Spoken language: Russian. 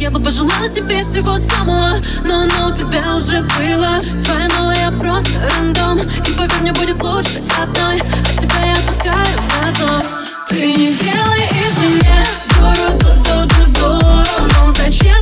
я бы пожелала тебе всего самого, но оно у тебя уже было. Твоя новая просто рандом, и поверь мне, будет лучше одной. А тебя я отпускаю на дно. Ты не делай из меня дуру, ду-ду-ду-ду. Ну зачем